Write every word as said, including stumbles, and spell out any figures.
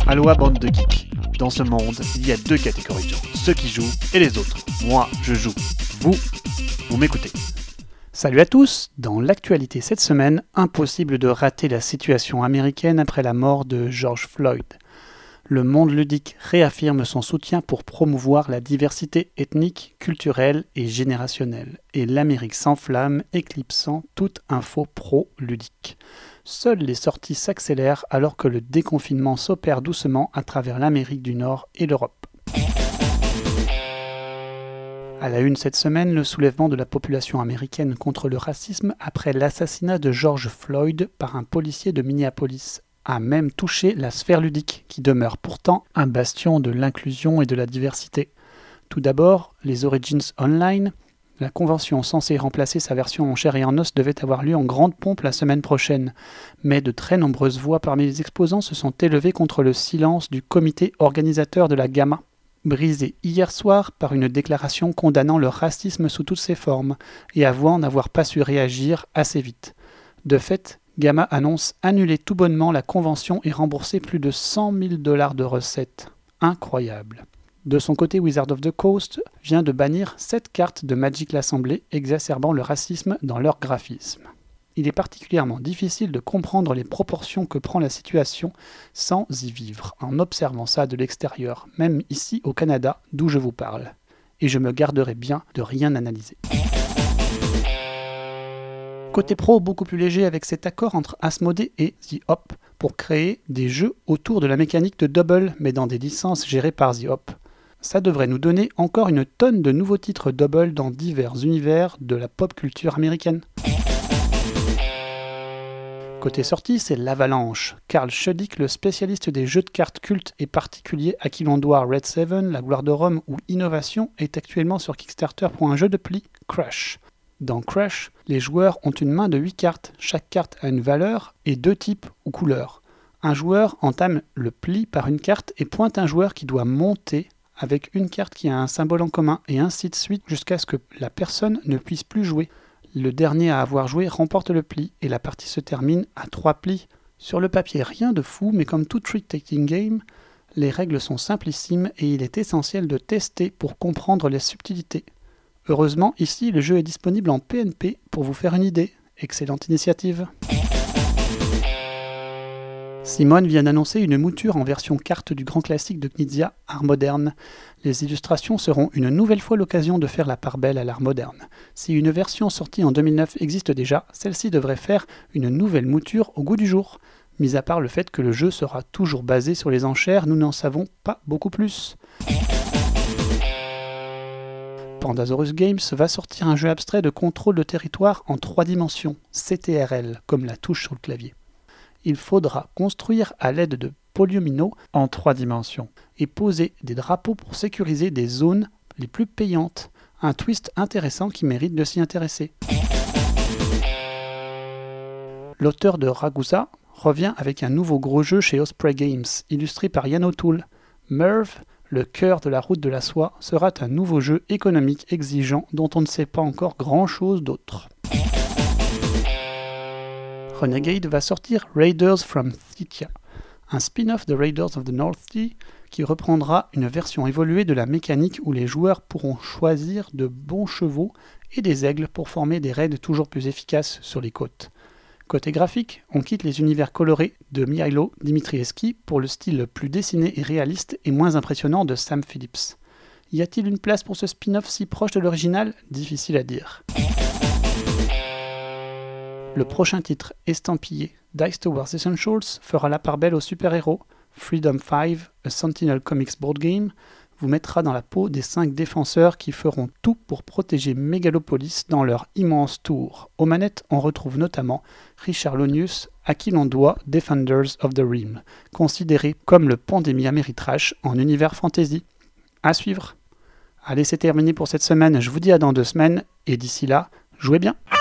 Aloha bande de geeks. Dans ce monde, il y a deux catégories de gens, ceux qui jouent et les autres. Moi, je joue. Vous, vous m'écoutez. Salut à tous. Dans l'actualité cette semaine, impossible de rater la situation américaine après la mort de George Floyd. Le monde ludique réaffirme son soutien pour promouvoir la diversité ethnique, culturelle et générationnelle. Et l'Amérique s'enflamme, éclipsant toute info pro-ludique. Seules les sorties s'accélèrent alors que le déconfinement s'opère doucement à travers l'Amérique du Nord et l'Europe. À la une cette semaine, le soulèvement de la population américaine contre le racisme après l'assassinat de George Floyd par un policier de Minneapolis a même touché la sphère ludique, qui demeure pourtant un bastion de l'inclusion et de la diversité. Tout d'abord, les Origins Online. La convention censée remplacer sa version en chair et en os devait avoir lieu en grande pompe la semaine prochaine, mais de très nombreuses voix parmi les exposants se sont élevées contre le silence du comité organisateur de la GAMA, brisé hier soir par une déclaration condamnant le racisme sous toutes ses formes et avouant n'avoir pas su réagir assez vite. De fait, GAMA annonce annuler tout bonnement la convention et rembourser plus de cent mille dollars de recettes. Incroyable. De son côté, Wizards of the Coast vient de bannir sept cartes de Magic l'Assemblée, exacerbant le racisme dans leur graphisme. Il est particulièrement difficile de comprendre les proportions que prend la situation sans y vivre, en observant ça de l'extérieur, même ici au Canada, d'où je vous parle. Et je me garderai bien de rien analyser. Côté pro, beaucoup plus léger avec cet accord entre Asmodée et The Hop pour créer des jeux autour de la mécanique de Double, mais dans des licences gérées par The Hop. Ça devrait nous donner encore une tonne de nouveaux titres Double dans divers univers de la pop culture américaine. Côté sortie, c'est l'Avalanche. Karl Schudig, le spécialiste des jeux de cartes cultes et particuliers à qui l'on doit Red Seven, La Gloire de Rome ou Innovation, est actuellement sur Kickstarter pour un jeu de pli, Crush. Dans Crush, les joueurs ont une main de huit cartes, chaque carte a une valeur et deux types ou couleurs. Un joueur entame le pli par une carte et pointe un joueur qui doit monter avec une carte qui a un symbole en commun et ainsi de suite jusqu'à ce que la personne ne puisse plus jouer. Le dernier à avoir joué remporte le pli et la partie se termine à trois plis. Sur le papier, rien de fou, mais comme tout trick-taking game, les règles sont simplissimes et il est essentiel de tester pour comprendre les subtilités. Heureusement, ici, le jeu est disponible en P N P pour vous faire une idée. Excellente initiative. Simone vient d'annoncer une mouture en version carte du grand classique de Knizia, Art Moderne. Les illustrations seront une nouvelle fois l'occasion de faire la part belle à l'art moderne. Si une version sortie en deux mille neuf existe déjà, celle-ci devrait faire une nouvelle mouture au goût du jour. Mis à part le fait que le jeu sera toujours basé sur les enchères, nous n'en savons pas beaucoup plus. Pandasaurus Games va sortir un jeu abstrait de contrôle de territoire en trois dimensions, C T R L, comme la touche sur le clavier. Il faudra construire à l'aide de polyomino en trois dimensions et poser des drapeaux pour sécuriser des zones les plus payantes. Un twist intéressant qui mérite de s'y intéresser. L'auteur de Ragusa revient avec un nouveau gros jeu chez Osprey Games, illustré par Yann O'Toole. Merv, le cœur de la route de la soie, sera un nouveau jeu économique exigeant dont on ne sait pas encore grand-chose d'autre. Renegade va sortir Raiders from Scythia, un spin-off de Raiders of the North Sea qui reprendra une version évoluée de la mécanique où les joueurs pourront choisir de bons chevaux et des aigles pour former des raids toujours plus efficaces sur les côtes. Côté graphique, on quitte les univers colorés de Mihailo Dimitrievski pour le style plus dessiné et réaliste et moins impressionnant de Sam Phillips. Y a-t-il une place pour ce spin-off si proche de l'original ? Difficile à dire. Le prochain titre, estampillé Dice Tower Essentials, fera la part belle aux super-héros. Freedom cinq, A Sentinel Comics Board Game, vous mettra dans la peau des cinq défenseurs qui feront tout pour protéger Megalopolis dans leur immense tour. Aux manettes, on retrouve notamment Richard Lonius, à qui l'on doit Defenders of the Rim, considéré comme le Pandémie Ameritrash en univers fantasy. À suivre. Allez, c'est terminé pour cette semaine, je vous dis à dans deux semaines, et d'ici là, jouez bien.